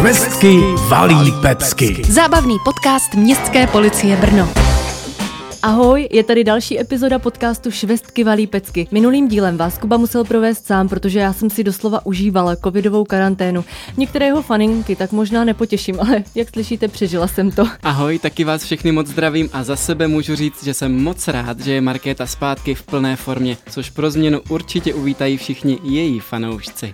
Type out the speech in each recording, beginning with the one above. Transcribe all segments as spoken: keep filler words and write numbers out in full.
Švestky valí pecky. Zábavný podcast Městské policie Brno. Ahoj, je tady další epizoda podcastu Švestky valí pecky. Minulým dílem vás Kuba musel provést sám, protože já jsem si doslova užívala covidovou karanténu. Některé jeho faninky tak možná nepotěším, ale jak slyšíte, přežila jsem to. Ahoj, taky vás všechny moc zdravím a za sebe můžu říct, že jsem moc rád, že je Markéta zpátky v plné formě, což pro změnu určitě uvítají všichni její fanoušci.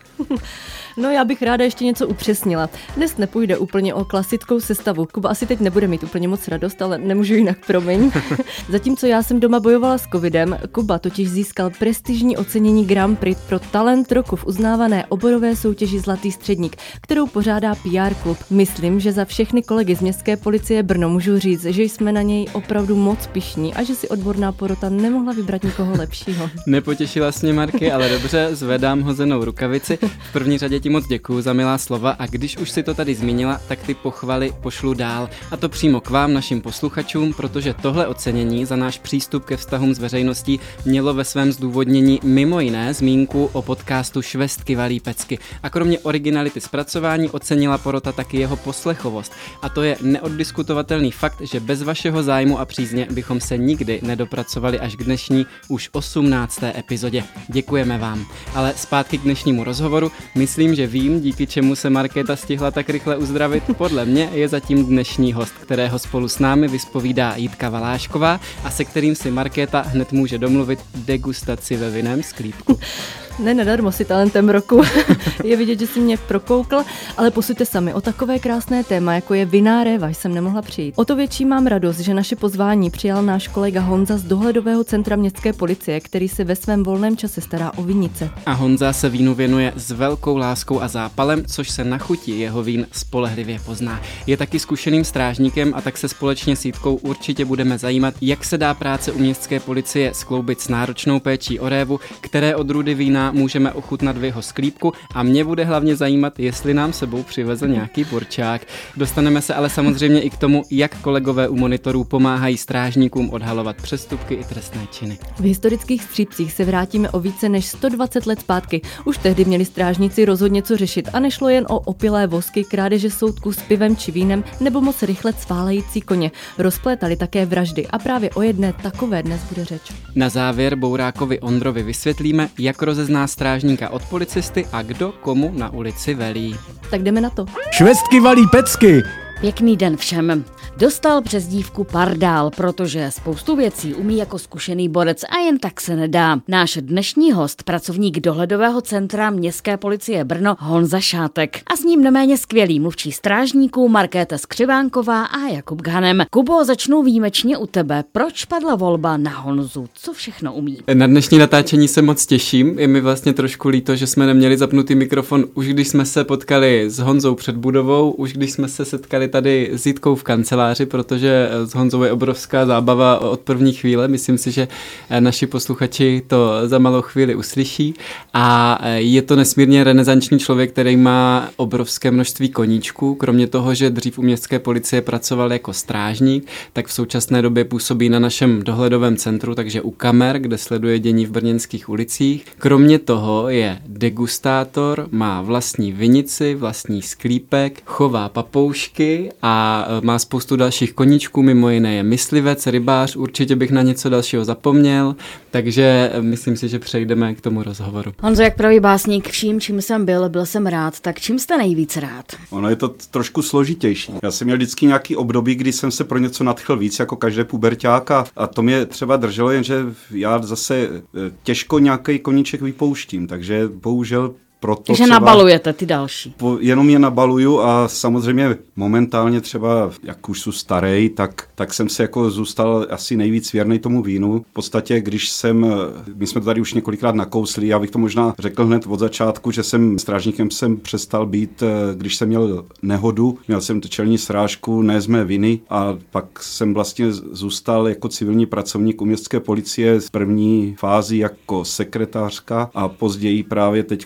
No, já bych ráda ještě něco upřesnila. Dnes nepůjde úplně o klasickou sestavu. Kuba asi teď nebude mít úplně moc radost, ale nemůžu jinak, promiň. Zatímco já jsem doma bojovala s covidem, Kuba totiž získal prestižní ocenění Grand Prix pro talent roku v uznávané oborové soutěži Zlatý středník, kterou pořádá P R klub. Myslím, že za všechny kolegy z Městské policie Brno můžu říct, že jsme na něj opravdu moc pyšní a že si odborná porota nemohla vybrat nikoho lepšího. Nepotěšila jsi mě, Marky, ale dobře, zvedám hozenou rukavici. V první řadě ti moc děkuju za milá slova a když už si to tady zmínila, tak ty pochvaly pošlu dál. A to přímo k vám, našim posluchačům, protože tohle ocenění za náš přístup ke vztahům s veřejností mělo ve svém zdůvodnění mimo jiné zmínku o podcastu Švestky valí pecky. A kromě originality zpracování ocenila porota taky jeho poslechovost. A to je neoddiskutovatelný fakt, že bez vašeho zájmu a přízně bychom se nikdy nedopracovali až k dnešní už osmnácté epizodě. Děkujeme vám. Ale zpátky k dnešnímu rozhovoru. Myslím, že vím, díky čemu se Markéta stihla tak rychle uzdravit. Podle mě je zatím dnešní host, kterého spolu s námi vyspovídá Jitka Valášková a se kterým si Markéta hned může domluvit degustaci ve vinném sklípku. Ne, nedarmo si talentem roku. Je vidět, že si mě prokoukl, ale posuďte sami. O takové krásné téma, jako je vinná réva, jsem nemohla přijít. O to větší mám radost, že naše pozvání přijal náš kolega Honza z dohledového centra Městské policie, který se ve svém volném čase stará o vinice. A Honza se vínu věnuje s velkou láskou a zápalem, což se na chuti jeho vín spolehlivě pozná. Je taky zkušeným strážníkem a tak se společně s Jitkou určitě budeme zajímat, jak se dá práce u Městské policie skloubit s náročnou péčí o révu, které odrůdy vína můžeme ochutnat v jeho sklípku a mě bude hlavně zajímat, jestli nám sebou přiveze nějaký burčák. Dostaneme se ale samozřejmě i k tomu, jak kolegové u monitorů pomáhají strážníkům odhalovat přestupky i trestné činy. V historických střípcích se vrátíme o více než sto dvacet let zpátky. Už tehdy měli strážníci rozhodně co řešit a nešlo jen o opilé vozky, krádeže soudků s pivem či vínem nebo moc rychle cválející koně. Rozplétali také vraždy a právě o jedné takové dnes bude řeč. Na závěr Bourákovi Ondrovi vysvětlíme, jak rozezná strážníka od policisty a kdo komu na ulici velí. Tak jdeme na to. Švestky valí pecky. Pěkný den všem. Dostal přezdívku Pardál, protože spoustu věcí umí jako zkušený borec a jen tak se nedá. Náš dnešní host, pracovník dohledového centra Městské policie Brno, Honza Šátek. A s ním neméně skvělý mluvčí strážníků Markéta Skřivánková a Jakub Ghanem. Kubo, začnu výjimečně u tebe. Proč padla volba na Honzu? Co všechno umí? Na dnešní natáčení se moc těším. Je mi vlastně trošku líto, že jsme neměli zapnutý mikrofon už když jsme se potkali s Honzou před budovou, už když jsme se setkali tady s Jitkou v kanceláři, protože s Honzou je obrovská zábava od první chvíle. Myslím si, že naši posluchači to za malou chvíli uslyší. A je to nesmírně renesanční člověk, který má obrovské množství koníčků. Kromě toho, že dřív u Městské policie pracoval jako strážník, tak v současné době působí na našem dohledovém centru, takže u kamer, kde sleduje dění v brněnských ulicích. Kromě toho je degustátor, má vlastní vinici, vlastní sklípek, chová papoušky a má spoustu dalších koníčků, mimo jiné je myslivec, rybář, určitě bych na něco dalšího zapomněl, takže myslím si, že přejdeme k tomu rozhovoru. Honzo, jak pravý básník, vším, čím jsem byl, byl jsem rád, tak čím jste nejvíc rád? Ono je to trošku složitější. Já jsem měl vždycky nějaký období, kdy jsem se pro něco nadchl víc, jako každý puberťák a, a to mě třeba drželo, jenže já zase těžko nějaký koníček vypouštím, takže bohužel proto Takže třeba nabalujete ty další. Po, jenom je nabaluju a samozřejmě momentálně třeba, jak už jsou starej, tak, tak jsem se jako zůstal asi nejvíc věrnej tomu vínu. V podstatě, když jsem, my jsme to tady už několikrát nakousli, já bych to možná řekl hned od začátku, že jsem strážníkem jsem přestal být, když jsem měl nehodu, měl jsem čelní srážku, ne z mé viny a pak jsem vlastně zůstal jako civilní pracovník u Městské policie z první fázi jako sekretářka a později právě teďkom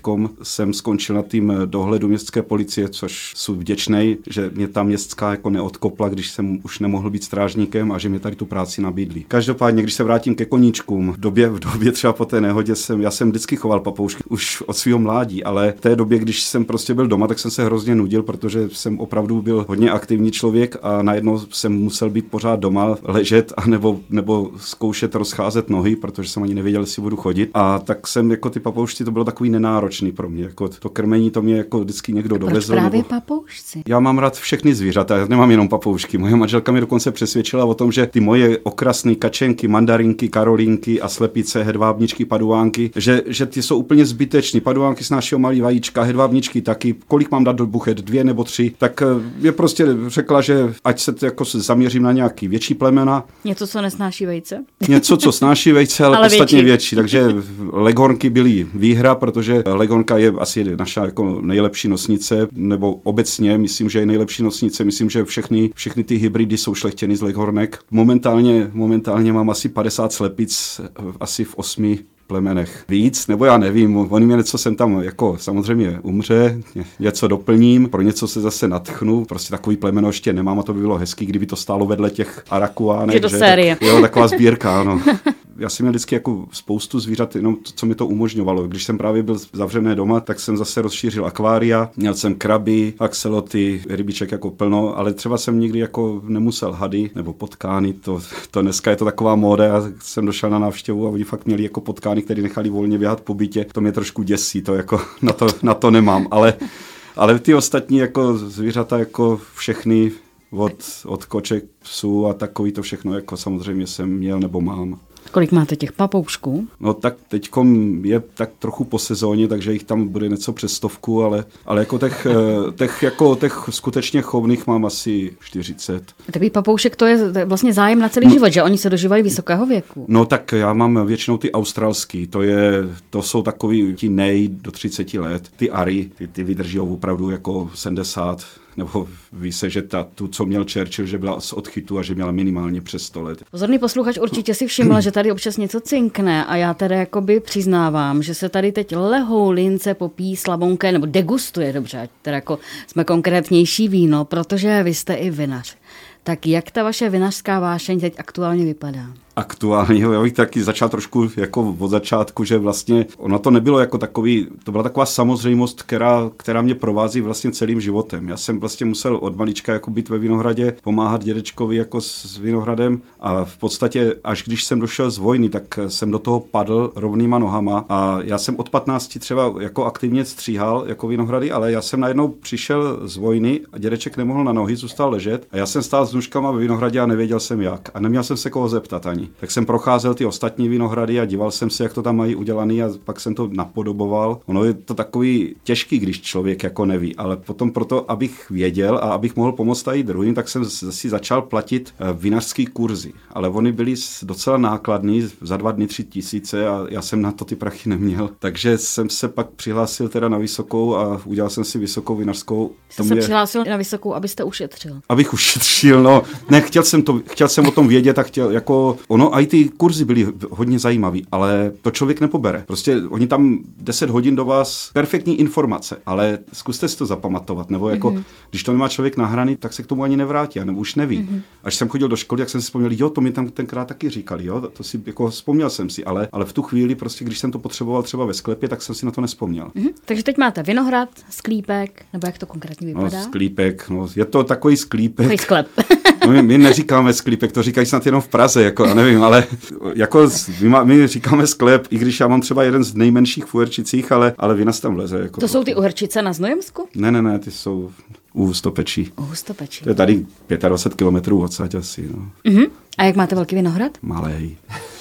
jsem skončil na tým dohledu městské policie, což jsem vděčnej, že mě ta městská jako neodkopla, když jsem už nemohl být strážníkem a že mě tady tu práci nabídli. Každopádně, když se vrátím ke koníčkům, v době, v době třeba po té nehodě jsem, já jsem vždycky choval papoušky už od svého mládí, ale v té době, když jsem prostě byl doma, tak jsem se hrozně nudil, protože jsem opravdu byl hodně aktivní člověk a najednou jsem musel být pořád doma, ležet a nebo, nebo zkoušet rozcházet nohy, protože jsem ani nevěděl, jestli budu chodit. A tak jsem jako ty papoušci, to bylo takový nenáročný pro mě. Jako to krmení to mě jako vždycky někdo dovezl. Proč právě nebo... papoušci? Já mám rád všechny zvířata, já nemám jenom papoušky. Moje manželka mi dokonce přesvědčila o tom, že ty moje okrasné kačenky, mandarinky, karolínky a slepice, hedvábničky, paduvánky, že, že ty jsou úplně zbytečný. Paduvánky snášejí malý vajíčka, hedvábničky taky. Kolik mám dát do buchet? Dvě nebo tři? Tak je prostě řekla, že ať se jako zaměřím na nějaký větší plemena. Něco, co nesnáší vejce? Něco, co snáší vejce, ale, ale podstatně větší. větší. Takže leghornky byly výhra, protože leghornka je asi naša jako nejlepší nosnice, nebo obecně myslím, že je nejlepší nosnice. Myslím, že všechny, všechny ty hybridy jsou šlechtěny z leghornek. Momentálně, momentálně mám asi padesát slepic, asi v osmi plemenech. Víc, nebo já nevím, oni mě něco sem tam jako samozřejmě umře, něco doplním, pro něco se zase natchnu, prostě takový plemeno ještě nemám a to by bylo hezký, kdyby to stálo vedle těch arakuánek. Že do série. Tak, jo, taková sbírka, ano. Já jsem měl vždycky jako spoustu zvířat, jenom to, co mi to umožňovalo. Když jsem právě byl zavřený doma, tak jsem zase rozšířil akvária, měl jsem kraby, axeloty, rybiček jako plno, ale třeba jsem nikdy jako nemusel hady nebo potkány, to, to dneska je to taková móda, já jsem došel na návštěvu a oni fakt měli jako potkány, který nechali volně běhat po bytě, to mě trošku děsí, to jako na to, na to nemám, ale, ale ty ostatní jako zvířata jako všechny od, od koček, psů a takový to všechno jako samozřejmě jsem měl nebo mám. Kolik máte těch papoušků? No tak teďkom je tak trochu po sezóně, takže jich tam bude něco přes stovku, ale, ale jako těch, těch, jako těch skutečně chovných mám asi čtyřicet. Takový papoušek to je vlastně zájem na celý no, život, že oni se dožívají vysokého věku. No tak já mám většinou ty australský, to, je, to jsou takový ti nej do třicet let. Ty ary, ty, ty vydrží opravdu jako sedmdesát, nebo ví se, že ta, tu, co měl Churchill, že byla z odchytu a že měla minimálně přes sto let. Pozorný posluchač určitě si všiml, že tady občas něco cinkne a já tedy jakoby přiznávám, že se tady teď lehou lince popíjí Slavonké, nebo degustuje, dobře, ať teda jako jsme konkrétnější víno, protože vy jste i vinař. Tak jak ta vaše vinařská vášeň teď aktuálně vypadá? Aktuálně, já bych taky začal trošku jako od začátku, že vlastně ono to nebylo jako takový, to byla taková samozřejmost, která, která mě provází vlastně celým životem. Já jsem vlastně musel od malička jako být ve vinohradě, pomáhat dědečkovi jako s vinohradem a v podstatě až když jsem došel z vojny, tak jsem do toho padl rovnýma nohama a já jsem od patnácti třeba jako aktivně stříhal jako vinohrady, ale já jsem najednou přišel z vojny a dědeček nemohl na nohy, zůstal ležet a já jsem stál s nůžkama ve vinohradě a nevěděl jsem jak a neměl jsem se koho zeptat ani. Tak jsem procházel ty ostatní vinohrady a díval jsem se, jak to tam mají udělaný a pak jsem to napodoboval. Ono je to takový těžký, když člověk jako neví, ale potom proto, abych věděl a abych mohl pomoct i druhým, tak jsem si začal platit vinařský kurzy. Ale oni byli docela nákladný, za dva dny tři tisíce a já jsem na to ty prachy neměl. Takže jsem se pak přihlásil teda na vysokou a udělal jsem si vysokou vinařskou. Jste se mě... přihlásil na vysokou, abyste ušetřil. Abych ušetřil, no. Ne, chtěl jsem, to, chtěl jsem o tom vědět a chtěl, jako, ono, a i ty kurzy byly hodně zajímavý, ale to člověk nepobere. Prostě oni tam deset hodin do vás, perfektní informace, ale zkuste si to zapamatovat, nebo jako, mm-hmm. když to nemá člověk nahraný, tak se k tomu ani nevrátí, nebo už neví. Mm-hmm. Až jsem chodil do školy, jak jsem si vzpomněl, jo, to mi tam tenkrát taky říkali, jo, to si, jako vzpomněl jsem si, ale, ale v tu chvíli, prostě, když jsem to potřeboval třeba ve sklepě, tak jsem si na to nevzpomněl. Mm-hmm. Takže teď máte vinohrad, sklípek, nebo jak to konkrétně vypadá? No, sklípek, no, je to takový sklípek. Takový sklep. No, my, my neříkáme sklípek, to říkají snad jenom v Praze, jako, nevím, ale jako my, má, my říkáme sklep, i když já mám třeba jeden z nejmenších v Uherčicích, ale, ale vinař tam vleze. Jako to jsou ty Uherčice na Znojemsku? Ne, ne, ne, ty jsou u Hustopečí. U Hustopečí. To je tady dvacet pět kilometrů odsaď asi. No. Uh-huh. A jak máte velký vinohrad? Malej.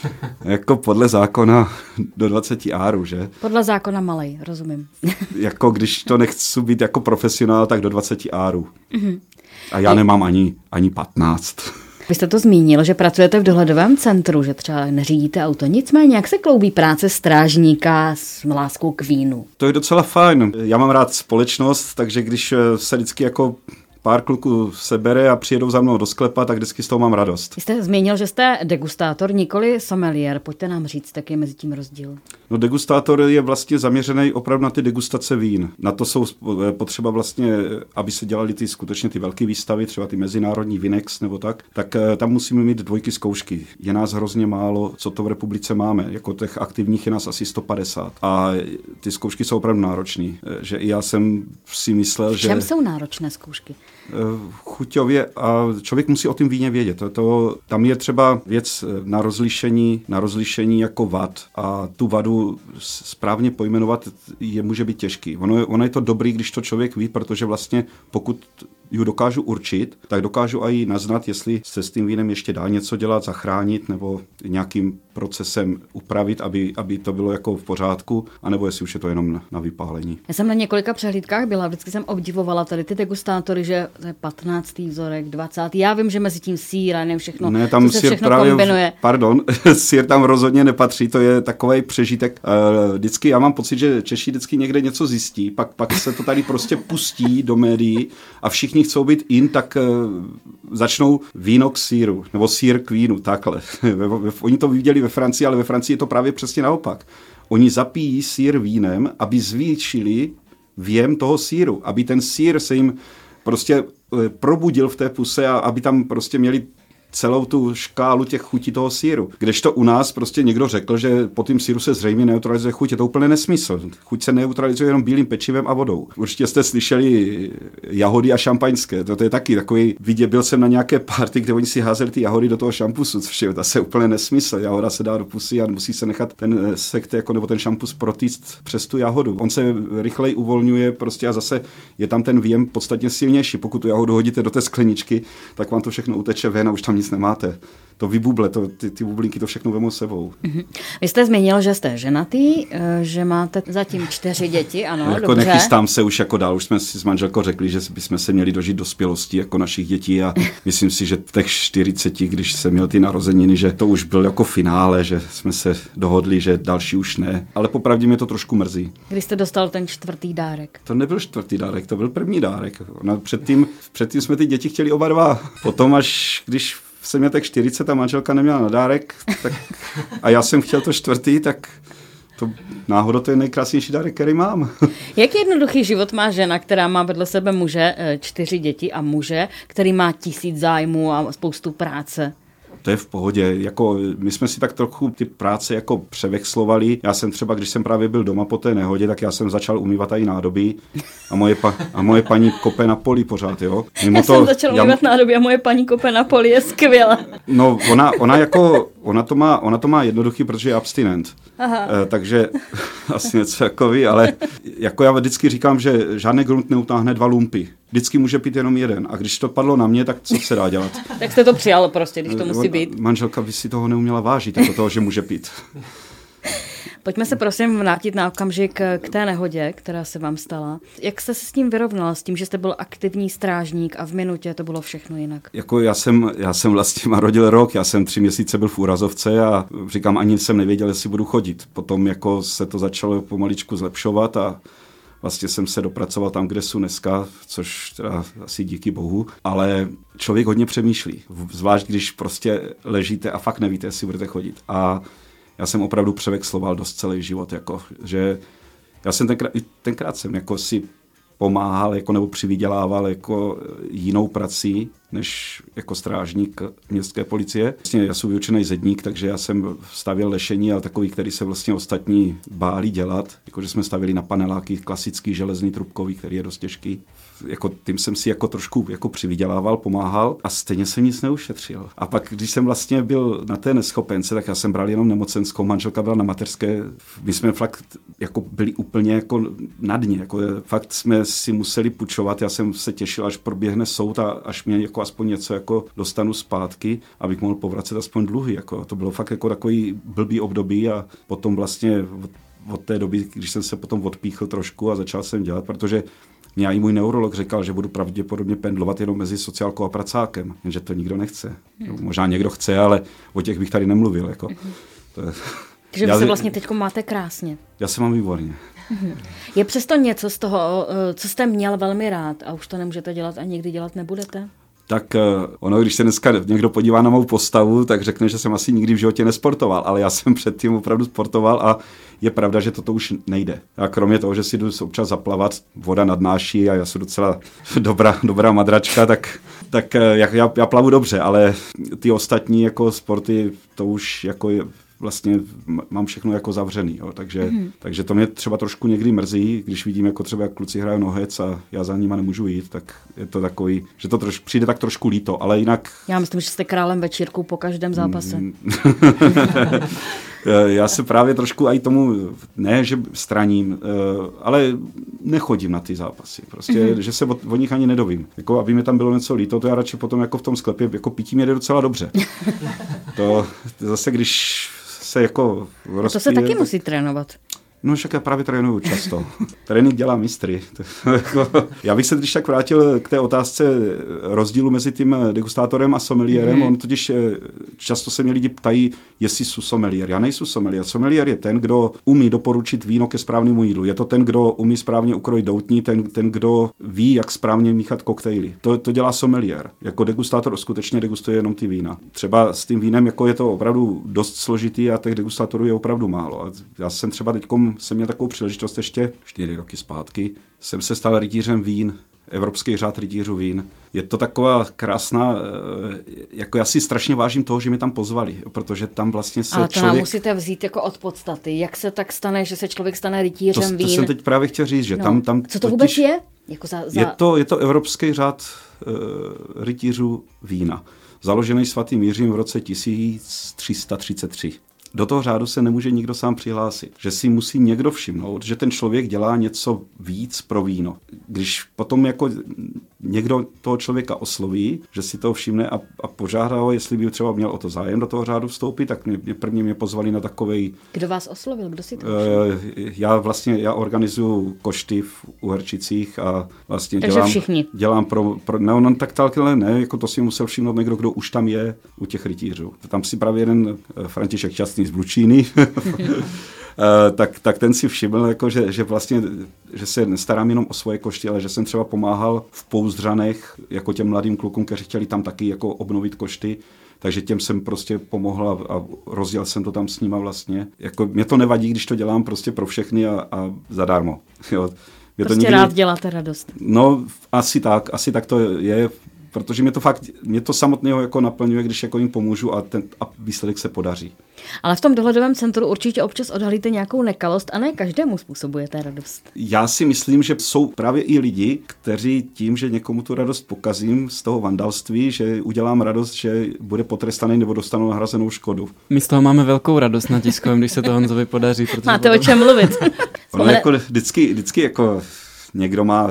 Jako podle zákona do dvacet árů, že? Podle zákona malej, rozumím. Jako když to nechci být jako profesionál, tak do dvacet árů. Uh-huh. A já Je... nemám ani, ani patnáct. Vy jste to zmínil, že pracujete v dohledovém centru, že třeba neřídíte auto. Nicméně, jak se kloubí práce strážníka s láskou k vínu? To je docela fajn. Já mám rád společnost, takže když se vždycky jako pár kluků sebere a přijedou za mnou do sklepa, tak vždycky z toho mám radost. Jste zmínil, že jste degustátor, nikoli sommelier. Pojďte nám říct, tak je mezi tím rozdíl. No, degustátor je vlastně zaměřený opravdu na ty degustace vín. Na to jsou potřeba vlastně, aby se dělali ty skutečně ty velké výstavy, třeba ty mezinárodní Vinex nebo tak, tak tam musíme mít dvojky zkoušky. Je nás hrozně málo, co to v republice máme. Jako těch aktivních je nás asi sto padesát. A ty zkoušky jsou opravdu náročné. Že i já jsem si myslel, že... V čem jsou náročné zkoušky? Chuťově a člověk musí o tom víně vědět. To, to, tam je třeba věc na rozlišení, na rozlišení jako vad a tu vadu správně pojmenovat je může být těžký. Ono je, ono je to dobrý, když to člověk ví, protože vlastně pokud ji dokážu určit, tak dokážu i naznat, jestli se s tím vínem ještě dá něco dělat, zachránit nebo nějakým procesem upravit, aby, aby to bylo jako v pořádku, anebo jestli už je to jenom na, na vypálení. Já jsem na několika přehlídkách byla, vždycky jsem obdivovala tady ty degustátory, že to je patnáctý vzorek, dvacátý Já vím, že mezi tím sír a nevím všechno, ne, tam co se všechno právě, kombinuje. Pardon, sír tam rozhodně nepatří, to je takovej přežitek. Vždycky, já mám pocit, že Češi vždycky někde něco zjistí, pak, pak se to tady prostě pustí do médií a všichni chcou být in, tak uh, začnou víno k síru, nebo sír k vínu, takhle. Oni to viděli ve Francii, ale ve Francii je to právě přesně naopak. Oni zapíjí sír vínem, aby zvýšili věm toho síru, aby ten sír se jim prostě probudil v té puse a aby tam prostě měli celou tu škálu těch chutí toho síru. Kdežto u nás prostě někdo řekl, že po tím síru se zřejmě neutralizuje chuť. Je to úplně nesmysl. Chuť se neutralizuje jenom bílým pečivem a vodou. Určitě jste slyšeli jahody a šampaňské. To, to je taky takový, viděl byl jsem na nějaké party, kde oni si házeli ty jahody do toho šampusu, což je zase úplně nesmysl. Jahoda se dá do pusy a musí se nechat ten sekt jako, nebo ten šampus protýct přes tu jahodu. On se rychleji uvolňuje prostě a zase je tam ten věm podstatně silnější. Pokud tu jahodu hodíte do té skleničky, tak vám to všechno uteče ven a už tam nic nemáte. To vybuble, to, ty, ty bublinky to všechno vemou sebou. Mm-hmm. Vy jste zmínil, že jste ženatý, že máte zatím čtyři děti, ano, jako dobře. Nechystám se už jako dál, už jsme si s manželkou řekli, že bychom se měli dožít dospělosti jako našich dětí a myslím si, že v těch čtyřiceti, když jsem měl ty narozeniny, že to už byl jako finále, že jsme se dohodli, že další už ne. Ale popravdě mě to trošku mrzí. Kdy jste dostal ten čtvrtý dárek? To nebyl čtvrtý dárek, to byl první dárek. Ona předtím, předtím jsme ty děti chtěli oba dva. Potom až když jsem měl tak čtyřicet a manželka neměla na dárek tak, a já jsem chtěl to čtvrtý, tak to náhodou to je nejkrásnější dárek, který mám. Jak jednoduchý život má žena, která má vedle sebe muže, čtyři děti a muže, který má tisíc zájmů a spoustu práce? To je v pohodě. Jako, my jsme si tak trochu ty práce jako převexlovali. Já jsem třeba, když jsem právě byl doma po té nehodě, tak já jsem začal umývat i nádobí a moje, pa, a moje paní kope na poli pořád, jo. Mimo já to, jsem začal umývat já... nádobí a moje paní kope na poli je skvělá. No, ona, ona jako, ona to má, ona to má jednoduchý, protože je abstinent. E, takže asi něco jako vy, ale jako já vždycky říkám, že žádný grunt neutáhne dva lumpy. Vždycky může pít jenom jeden. A když to padlo na mě, tak co se dá dělat? Tak jste to přijal prostě, když to musí být. Manželka by si toho neuměla vážit, jako toho, že může pít. Pojďme se prosím vrátit na okamžik k té nehodě, která se vám stala. Jak jste se s tím vyrovnala, s tím, že jste byl aktivní strážník a v minutě to bylo všechno jinak? Jako já jsem, já jsem vlastně marodil rok, já jsem tři měsíce byl v úrazovce a říkám, ani jsem nevěděl, jestli budu chodit. Potom jako se to začalo pomaličku zlepšovat a vlastně jsem se dopracoval tam, kde jsou dneska, což teda asi díky bohu, ale člověk hodně přemýšlí, zvlášť když prostě ležíte a fakt nevíte, jestli budete chodit. A já jsem opravdu převexloval dost celý život, jako, že já jsem tenkrát, tenkrát jsem jako si pomáhal jako, nebo přivydělával jako jinou prací, než jako strážník městské policie. Vlastně já jsem vyučený zedník, takže já jsem stavěl lešení, ale takový, který se vlastně ostatní báli dělat. Jakože jsme stavili na paneláky klasický železný trubkový, který je dost těžký. Jako, tím jsem si jako trošku jako přivydělával, pomáhal a stejně jsem nic neušetřil. A pak, když jsem vlastně byl na té neschopence, tak já jsem bral jenom nemocenskou, manželka byla na mateřské. My jsme fakt jako byli úplně jako na dně. Jako, fakt jsme si museli půjčovat. Já jsem se těšil, až proběhne soud a až mě jako aspoň něco jako dostanu zpátky, abych mohl povracet aspoň dluhy. Jako. To bylo fakt jako takový blbý období a potom vlastně od, od té doby, když jsem se potom odpíchl trošku a začal jsem dělat, protože mě i můj neurolog říkal, že budu pravděpodobně pendlovat jenom mezi sociálkou a pracákem, jenže to nikdo nechce. Hmm. Možná někdo chce, ale o těch bych tady nemluvil. Jako. To je... Takže vy se vlastně teď máte krásně. Já se mám výborně. Je přesto něco z toho, co jste měl velmi rád a už to nemůžete dělat a nikdy dělat nebudete? Tak ono, když se dneska někdo podívá na mou postavu, tak řekne, že jsem asi nikdy v životě nesportoval, ale já jsem předtím opravdu sportoval a je pravda, že toto už nejde. A kromě toho, že si jdu občas zaplavat, voda nadnáší a já jsem docela dobrá, dobrá madračka, tak, tak já, já plavu dobře, ale ty ostatní jako sporty, to už jako je, vlastně mám všechno jako zavřený, jo. Takže, mm. takže to mě třeba trošku někdy mrzí, když vidím, jako třeba jak kluci hrají nohec a já za nima nemůžu jít, tak je to takový, že to troš, přijde tak trošku líto, ale jinak... Já myslím, že jste králem večírku po každém zápase. Já se právě trošku aj tomu, ne, že straním, ale nechodím na ty zápasy. Prostě, mm-hmm. že se o, o nich ani nedovím. Jako, aby mi tam bylo něco líto, to já radši potom jako v tom sklepě, jako pití mě jde docela dobře. To zase, když se jako rozpije... A to se taky musí trénovat. No však já právě trénuju často. Trénink dělá mistry. Já bych se když tak vrátil k té otázce rozdílu mezi tím degustátorem a sommeliérem. Mm-hmm. On totiž často se mě lidi ptají, jestli jsou sommeliér. Já nejsou sommeliér. Sommeliér je ten, kdo umí doporučit víno ke správnému jídlu. Je to ten, kdo umí správně ukrojit doutní, ten, ten kdo ví, jak správně míchat koktejly. To, to dělá sommeliér. Jako degustátor skutečně degustuje jenom ty vína. Třeba s tím vínem jako je to opravdu dost složitý a těch degustátorů je opravdu málo. A já jsem třeba teďkom jsem měl takovou příležitost ještě čtyři roky zpátky. Jsem se stal rytířem vín, Evropský řád rytířů vín. Je to taková krásná, jako já si strašně vážím toho, že mě tam pozvali, protože tam vlastně se Ale to člověk... nám musíte vzít jako od podstaty. Jak se tak stane, že se člověk stane rytířem to, vín? To jsem teď právě chtěl říct, že no. tam, tam... Co to vůbec totiž, je? Jako za, za... Je, to, je to Evropský řád uh, rytířů vína, založený svatým Jiřím v roce tisíc tři sta třicet tři. Do toho řádu se nemůže nikdo sám přihlásit. Že si musí někdo všimnout, že ten člověk dělá něco víc pro víno. Když potom jako někdo toho člověka osloví, že si to všimne a, a požádá ho, jestli by třeba měl o to zájem do toho řádu vstoupit, tak mě, mě prvně mě pozvali na takovej... Kdo vás oslovil? Kdo si to všiml? Já vlastně, já organizuju košty v Uherčicích a vlastně Takže dělám... všichni. Dělám pro... pro ne, on tak ale ne, jako to si musel všimnout někdo, kdo už tam je u těch rytířů. Tam si právě jeden František Šťastný z Blučíny, tak, tak ten si všiml, jako, že, že vlastně že se nestarám jenom o svoje košty, ale že jsem třeba pomáhal v Pouzdřanech jako těm mladým klukům, kteří chtěli tam taky jako obnovit košty. Takže těm jsem prostě pomohl a, a rozjel jsem to tam s nima vlastně. Jako, mě to nevadí, když to dělám prostě pro všechny a, a zadarmo. Jo. Mě prostě to nikdy... rád děláte radost. No, asi tak, asi tak to je, protože mě to fakt, mě to samotného jako naplňuje, když jako jim pomůžu a ten a výsledek se podaří. Ale v tom dohledovém centru určitě občas odhalíte nějakou nekalost a ne každému způsobujete radost. Já si myslím, že jsou právě i lidi, kteří tím, že někomu tu radost pokazím z toho vandalství, že udělám radost, že bude potrestaný nebo dostanou nahrazenou škodu. My z toho máme velkou radost na tiskovém, když se to Honzovi podaří. Máte potom... o čem mluvit. Ono jako vždycky, vždycky jako někdo má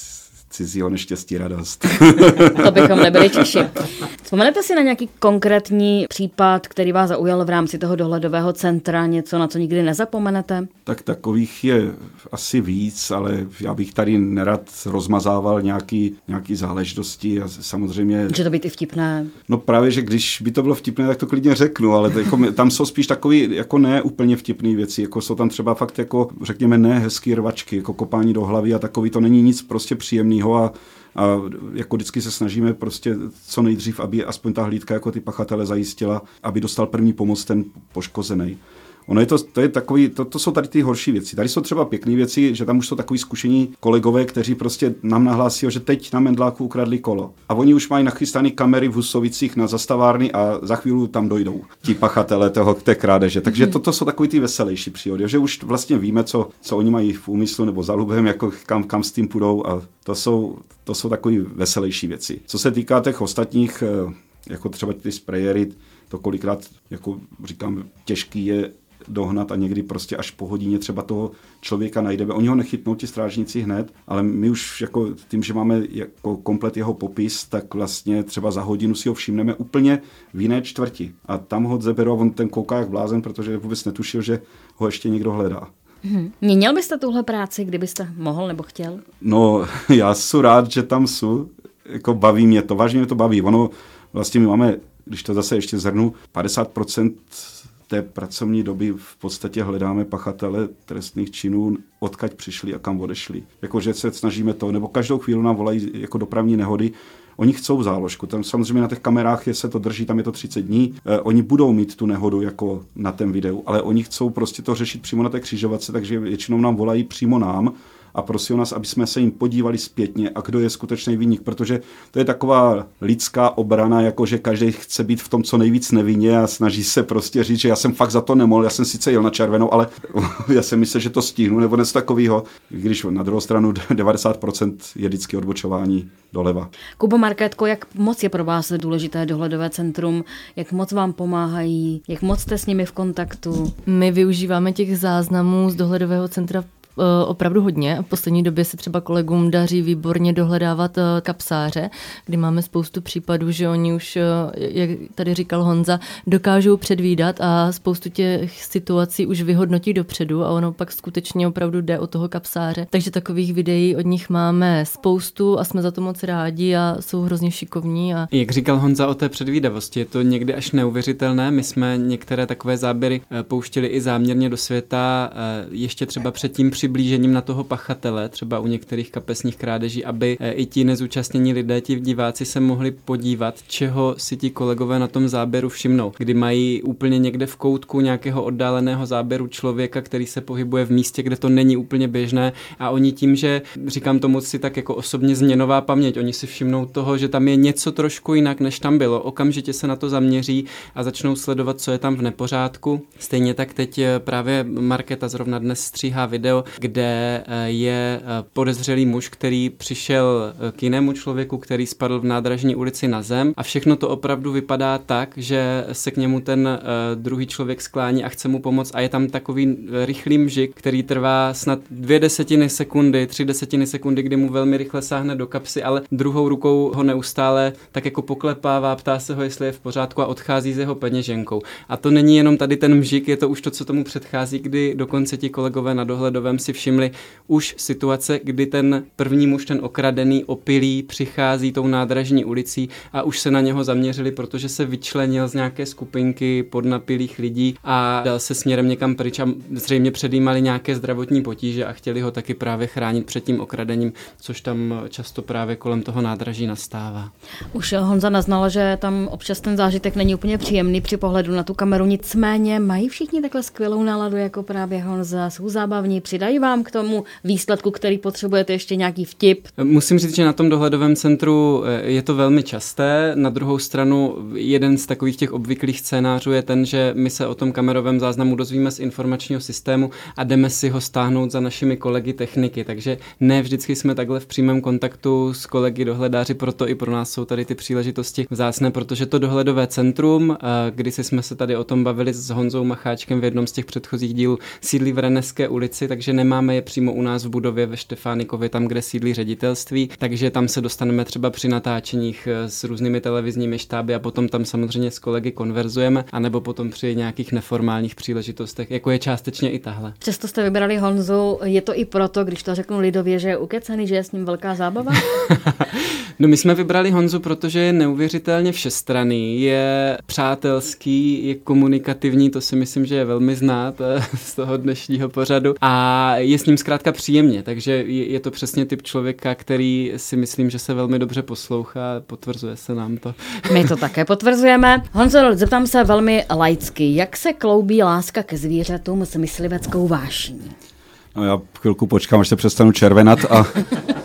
cizího neštěstí radost. To bychom nebyli Češi. Vzpomenete si na nějaký konkrétní případ, který vás zaujal v rámci toho dohledového centra, něco, na co nikdy nezapomenete? Tak takových je asi víc, ale já bych tady nerad rozmazával nějaký, nějaký záležitosti a samozřejmě... Může to být i vtipné? No právě, že když by to bylo vtipné, tak to klidně řeknu, ale to jako, tam jsou spíš takový jako ne úplně vtipný věci, jako jsou tam třeba fakt jako, řekněme, ne hezký rvačky, jako kopání do hlavy a takový, to není nic prostě příjemného a A jako vždycky se snažíme prostě co nejdřív, aby aspoň ta hlídka jako ty pachatele zajistila, aby dostal první pomoc ten poškozený. Ono je to, to, je takový, to, to jsou tady ty horší věci. Tady jsou třeba pěkné věci, že tam už jsou takový zkušení kolegové, kteří prostě nám nahlásí, že teď na Mendláku ukradli kolo. A oni už mají nachystané kamery v Husovicích na zastavárny a za chvíli tam dojdou ti pachatele toho, té krádeže. Takže toto jsou takový ty veselější příhody, že už vlastně víme, co, co oni mají v úmyslu nebo za lubem, jako kam, kam s tím půjdou a to jsou, to jsou takové veselější věci. Co se týká těch ostatních, jako třeba ty sprayery, to kolikrát, jako říkám, těžký je dohnat a někdy prostě až po hodině třeba toho člověka najdeme. Oni ho nechytnou ti strážníci hned, ale my už jako tím, že máme jako komplet jeho popis, tak vlastně třeba za hodinu si ho všimneme úplně v jiné čtvrti. A tam ho zeberu a on ten kouká jak blázen, protože vůbec netušil, že ho ještě někdo hledá. Hmm. Měl byste tuhle práci, kdybyste mohl nebo chtěl? No, já jsem rád, že tam jsou. Jako baví mě to, vážně mě to baví. Ono vlastně my máme, když to zase ještě zhrnu, padesát procent té pracovní doby v podstatě hledáme pachatele trestných činů, odkud přišli a kam odešli. Jakože se snažíme to, nebo každou chvíli nám volají jako dopravní nehody. Oni chcou záložku, tam samozřejmě na těch kamerách je, se to drží, tam je to třicet dní. Eh, oni budou mít tu nehodu jako na tom videu, ale oni chcou prostě to řešit přímo na té křižovatce, takže většinou nám volají přímo nám a prosí o nás, aby jsme se jim podívali zpětně a kdo je skutečný viník, protože to je taková lidská obrana, jako že každý chce být v tom co nejvíc nevinně a snaží se prostě říct, že já jsem fakt za to nemohl, já jsem sice jel na červenou, ale já jsem myslel, že to stihnu, nebo něco takového, když na druhou stranu devadesát procent je vždycky odbočování doleva. Kubo Markétko, jak moc je pro vás důležité dohledové centrum, jak moc vám pomáhají, jak moc jste s nimi v kontaktu? My využíváme těch záznamů z dohledového centra opravdu hodně. V poslední době se třeba kolegům daří výborně dohledávat kapsáře, kdy máme spoustu případů, že oni už, jak tady říkal Honza, dokážou předvídat a spoustu těch situací už vyhodnotí dopředu a ono pak skutečně opravdu jde o toho kapsáře. Takže takových videí od nich máme spoustu a jsme za to moc rádi a jsou hrozně šikovní. A... Jak říkal Honza o té předvídavosti, je to někdy až neuvěřitelné. My jsme některé takové záběry pouštěli i záměrně do světa, ještě třeba předtím přiblížením na toho pachatele, třeba u některých kapesních krádeží, aby i ti nezúčastnění lidé, ti diváci se mohli podívat, čeho si ti kolegové na tom záběru všimnou. Kdy mají úplně někde v koutku nějakého oddáleného záběru člověka, který se pohybuje v místě, kde to není úplně běžné a oni tím, že říkám tomu si tak jako osobně změnová paměť, oni si všimnou toho, že tam je něco trošku jinak, než tam bylo. Okamžitě se na to zaměří a začnou sledovat, co je tam v nepořádku. Stejně tak teď právě Markéta zrovna dnes stříhá video, kde je podezřelý muž, který přišel k jinému člověku, který spadl v nádražní ulici na zem a všechno to opravdu vypadá tak, že se k němu ten druhý člověk sklání a chce mu pomoct a je tam takový rychlý mžik, který trvá snad dvě desetiny sekundy, tři desetiny sekundy, kdy mu velmi rychle sáhne do kapsy, ale druhou rukou ho neustále tak jako poklepává, ptá se ho, jestli je v pořádku a odchází s jeho peněženkou. A to není jenom tady ten mžik, je to už to, co tomu předchází, kdy dokonce ti kolegové na dohledovém si všimli už situace, kdy ten první muž, ten okradený, opilý, přichází tou nádražní ulicí a už se na něho zaměřili, protože se vyčlenil z nějaké skupinky podnapilých lidí a dal se směrem někam pryč a zřejmě předjímali nějaké zdravotní potíže a chtěli ho taky právě chránit před tím okradením, což tam často právě kolem toho nádraží nastává. Už Honza naznala, že tam občas ten zážitek není úplně příjemný při pohledu na tu kameru, nicméně mají všichni takhle skvělou náladu jako právě Honza, jsou zábavní, přidají vám k tomu výsledku, který potřebujete, ještě nějaký vtip? Musím říct, že na tom dohledovém centru je to velmi časté. Na druhou stranu jeden z takových těch obvyklých scénářů je ten, že my se o tom kamerovém záznamu dozvíme z informačního systému a jdeme si ho stáhnout za našimi kolegy techniky. Takže ne vždycky jsme takhle v přímém kontaktu s kolegy dohledáři, proto i pro nás jsou tady ty příležitosti vzácné, protože to dohledové centrum, když jsme se tady o tom bavili s Honzou Macháčkem v jednom z těch předchozích dílů, sídlí v Renneské ulici, takže nemáme je přímo u nás v budově ve Štefánikově, tam, kde sídlí ředitelství, takže tam se dostaneme třeba při natáčeních s různými televizními štáby a potom tam samozřejmě s kolegy konverzujeme, anebo potom při nějakých neformálních příležitostech, jako je částečně i tahle. Přesto jste vybrali Honzu, je to i proto, když to řeknu lidově, že je ukecený, že je s ním velká zábava? No my jsme vybrali Honzu, protože je neuvěřitelně všestranný, je přátelský, je komunikativní, to si myslím, že je velmi znát z toho dnešního pořadu a je s ním zkrátka příjemně, takže je, je to přesně typ člověka, který si myslím, že se velmi dobře poslouchá, potvrzuje se nám to. My to také potvrzujeme. Honzo, zeptám se velmi laicky, jak se kloubí láska ke zvířatům s mysliveckou vášní? No já chvilku počkám, až se přestanu červenat a uh,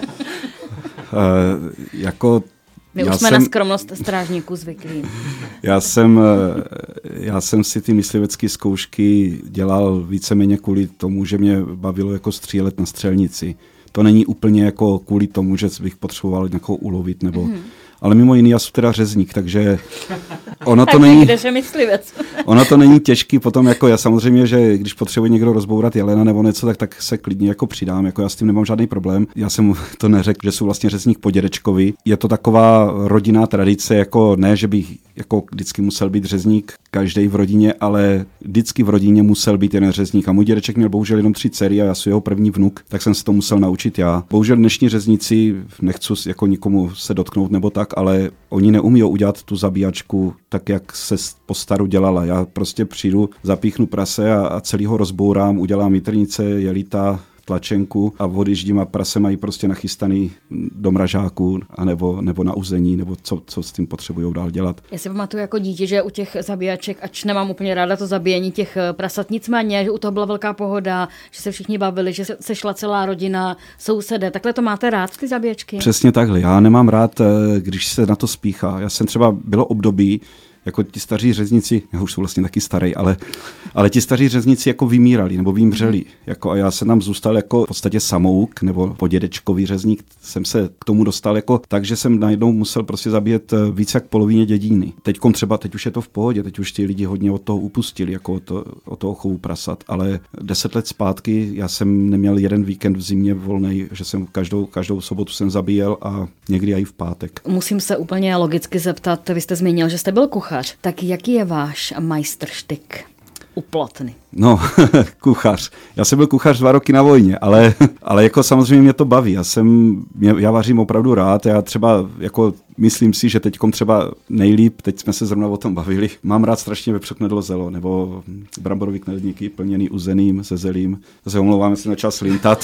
jako My už jsme jsem, na skromnost strážníků zvyklí. Já jsem, já jsem si ty myslivecké zkoušky dělal víceméně kvůli tomu, že mě bavilo jako střílet na střelnici. To není úplně jako kvůli tomu, že bych potřeboval nějakou ulovit, nebo... Mm. Ale mimo jiný, já jsem teda řezník, takže ono to není... myslivec. Ono to není těžký potom, jako já samozřejmě, že když potřebuje někdo rozbourat jelena nebo něco, tak, tak se klidně jako přidám, jako já s tím nemám žádný problém. Já jsem to neřekl, že jsem vlastně řezník po dědečkovi. Je to taková rodinná tradice, jako ne, že bych jako vždycky musel být řezník každý v rodině, ale vždycky v rodině musel být jeden řezník. A můj dědeček měl bohužel jenom tři dcery a já jsem jeho první vnuk, tak jsem se to musel naučit já. Bohužel dnešní řezníci, nechci jako nikomu se dotknout nebo tak, ale oni neumí udělat tu zabíjačku tak, jak se po staru dělala. Já prostě přijdu, zapíchnu prase a, a celý ho rozbourám, udělám jitrnice, jelita, tlačenku a odjíždím a prase mají prostě nachystaný do mražáku anebo, nebo na uzení, nebo co, co s tím potřebují dál dělat. Já si pamatuju jako dítě, že u těch zabíjaček, ač nemám úplně ráda to zabíjení těch prasat, nicméně, že u toho byla velká pohoda, že se všichni bavili, že se šla celá rodina, sousedé. Takhle to máte rád, ty zabíjačky? Přesně takhle. Já nemám rád, když se na to spíchá. Já jsem třeba, bylo období, jako ti staří řezníci, já už jsou vlastně taky starej, ale, ale ti staří řezníci jako vymírali nebo vymřeli. Jako, a já jsem tam zůstal jako v podstatě samouk nebo podědečkový řezník. Jsem se k tomu dostal jako tak, že jsem najednou musel prostě zabíjet víc jak polovině dědíny. Teďkom třeba, teď už je to v pohodě, teď už ti lidi hodně od toho upustili, jako od, to, od toho chovu prasat. Ale deset let zpátky já jsem neměl jeden víkend v zimě volnej, že jsem každou, každou sobotu jsem zabíjel a někdy i v pátek. Musím se úplně logicky zeptat, vy jste zmínil, že jste byl kuchař. Tak jaký je váš majstrštyk u Plotny? No, kuchař. Já jsem byl kuchař dva roky na vojně, ale, ale jako samozřejmě mě to baví. Já jsem, já vařím opravdu rád. Já třeba jako myslím si, že teďkom třeba nejlíp, teď jsme se zrovna o tom bavili, mám rád strašně vepřok knedlozelo, nebo bramborový knedlíky plněný uzeným, se zelím. Zase omlouvám, jestli začal slintat.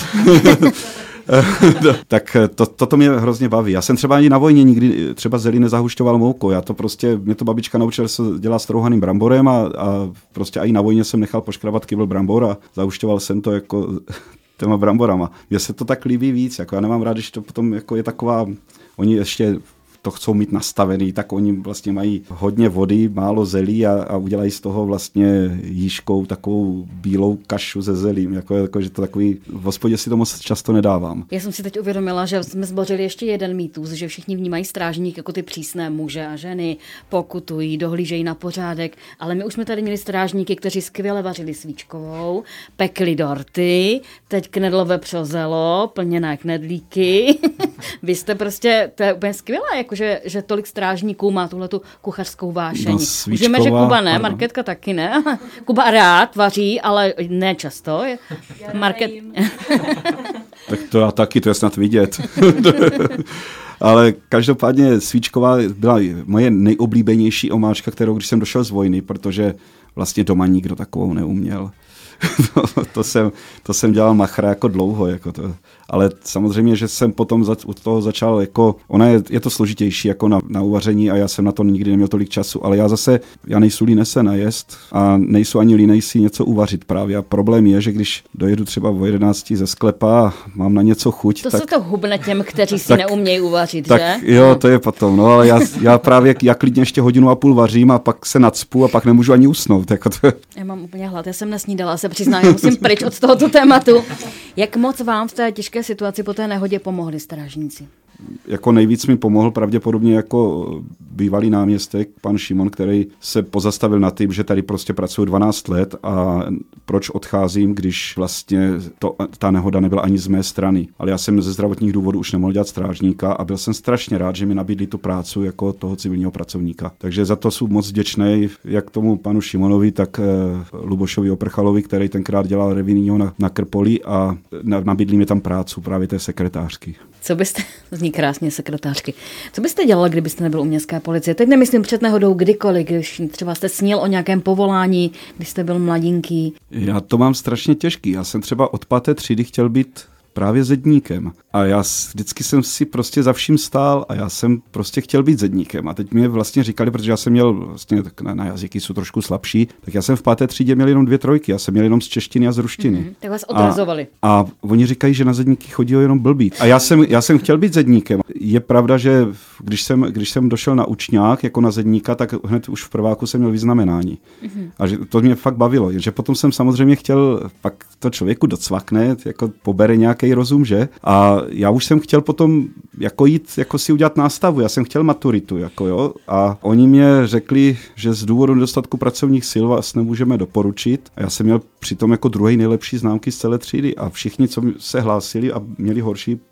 Tak to, toto mě hrozně baví. Já jsem třeba ani na vojně nikdy třeba zelí nezahušťoval moukou. Já to prostě, mě to babička naučila, že se dělá s trouhaným bramborem a, a prostě i na vojně jsem nechal poškrabat kybl brambor a zahušťoval jsem to jako těma bramborama. Mně se to tak líbí víc. Jako já nemám rád, když to potom jako je taková, oni ještě to chcou mít nastavený, tak oni vlastně mají hodně vody, málo zelí a, a udělají z toho vlastně jížkou takovou bílou kašu ze zelím, jako, jako že to takový, v hospodě si to moc často nedávám. Já jsem si teď uvědomila, že jsme zbořili ještě jeden mýtus, že všichni vnímají strážník jako ty přísné muže a ženy, pokutují, dohlížejí na pořádek, ale my už jsme tady měli strážníky, kteří skvěle vařili svíčkovou, pekli dorty, teď knedlové přozelo, plněné knedlíky. Vy jste prostě, to je úplně skvělé, jako že, že tolik strážníků má tuhletu kuchařskou vášeň. No, Můžeme, že Kuba ne, Markétka taky ne. Kuba rád vaří, ale ne často. Market... Tak to já taky, to je snad vidět. Ale každopádně svíčková byla moje nejoblíbenější omáčka, kterou když jsem došel z vojny, protože vlastně doma nikdo takovou neuměl. to, to, jsem, to jsem dělal machra jako dlouho, jako to. Ale samozřejmě, že jsem potom za, u toho začal, jako, ona je, je to složitější jako na, na uvaření a já jsem na to nikdy neměl tolik času, ale já zase, já nejsou línej se najest a nejsou ani línej si něco uvařit právě. A problém je, že když dojedu třeba o jedenácti ze sklepa a mám na něco chuť, to tak... se to hubne těm, kteří si tak, neumějí uvařit, tak, že? Jo, to je potom, no, ale já, já právě, já klidně ještě hodinu a půl vařím a pak se nacpu a pak nemůžu ani usnout, jako to. Já mám úplně hlad, já jsem nesnídala, se přiznám, já musím pryč od tohoto tématu. Jak moc vám v té těžké situaci po té nehodě pomohli strážníci? Jako nejvíc mi pomohl pravděpodobně jako bývalý náměstek, pan Šimon, který se pozastavil nad tím, že tady prostě pracuji dvanáct let a proč odcházím, když vlastně to, ta nehoda nebyla ani z mé strany. Ale já jsem ze zdravotních důvodů už nemohl dělat strážníka a byl jsem strašně rád, že mi nabídli tu práci jako toho civilního pracovníka. Takže za to jsem moc vděčný jak tomu panu Šimonovi, tak uh, Lubošovi Oprchalovi, který tenkrát dělal revijního na, na Krpoli a nabídli mi tam práci právě té sekretářky. Co byste, zní krásně sekretářky, co byste dělal, kdybyste nebyl u městské policie? Teď nemyslím před nehodou kdykoliv, když třeba jste snil o nějakém povolání, když jste byl mladinký. Já to mám strašně těžký. Já jsem třeba od páté třídy chtěl být právě zedníkem. A já vždycky jsem si prostě za vším stál a já jsem prostě chtěl být zedníkem. A teď mi vlastně říkali, protože já jsem měl vlastně tak na, na jazyky jsou trošku slabší, tak já jsem v páté třídě měl jenom dvě trojky. Já jsem měl jenom z češtiny a z ruštiny. Mm-hmm, tak vás odrazovali. A, a oni říkají, že na zedníky chodí jenom blbý. A já jsem, já jsem chtěl být zedníkem. Je pravda, že když jsem, když jsem došel na učňák jako na zedníka, tak hned už v prváku jsem měl vyznamenání. Mm-hmm. A že to mě fakt bavilo. Že potom jsem samozřejmě chtěl, pak to člověku docvakne, jako pobere nějaký rozum, že? A já už jsem chtěl potom jako jít, jako si udělat nástavu. Já jsem chtěl maturitu, jako jo. A oni mě řekli, že z důvodu nedostatku pracovních sil vás nemůžeme doporučit. A já jsem měl přitom jako druhý nejlepší známky z celé třídy a všichni, co se hlásili a měli horší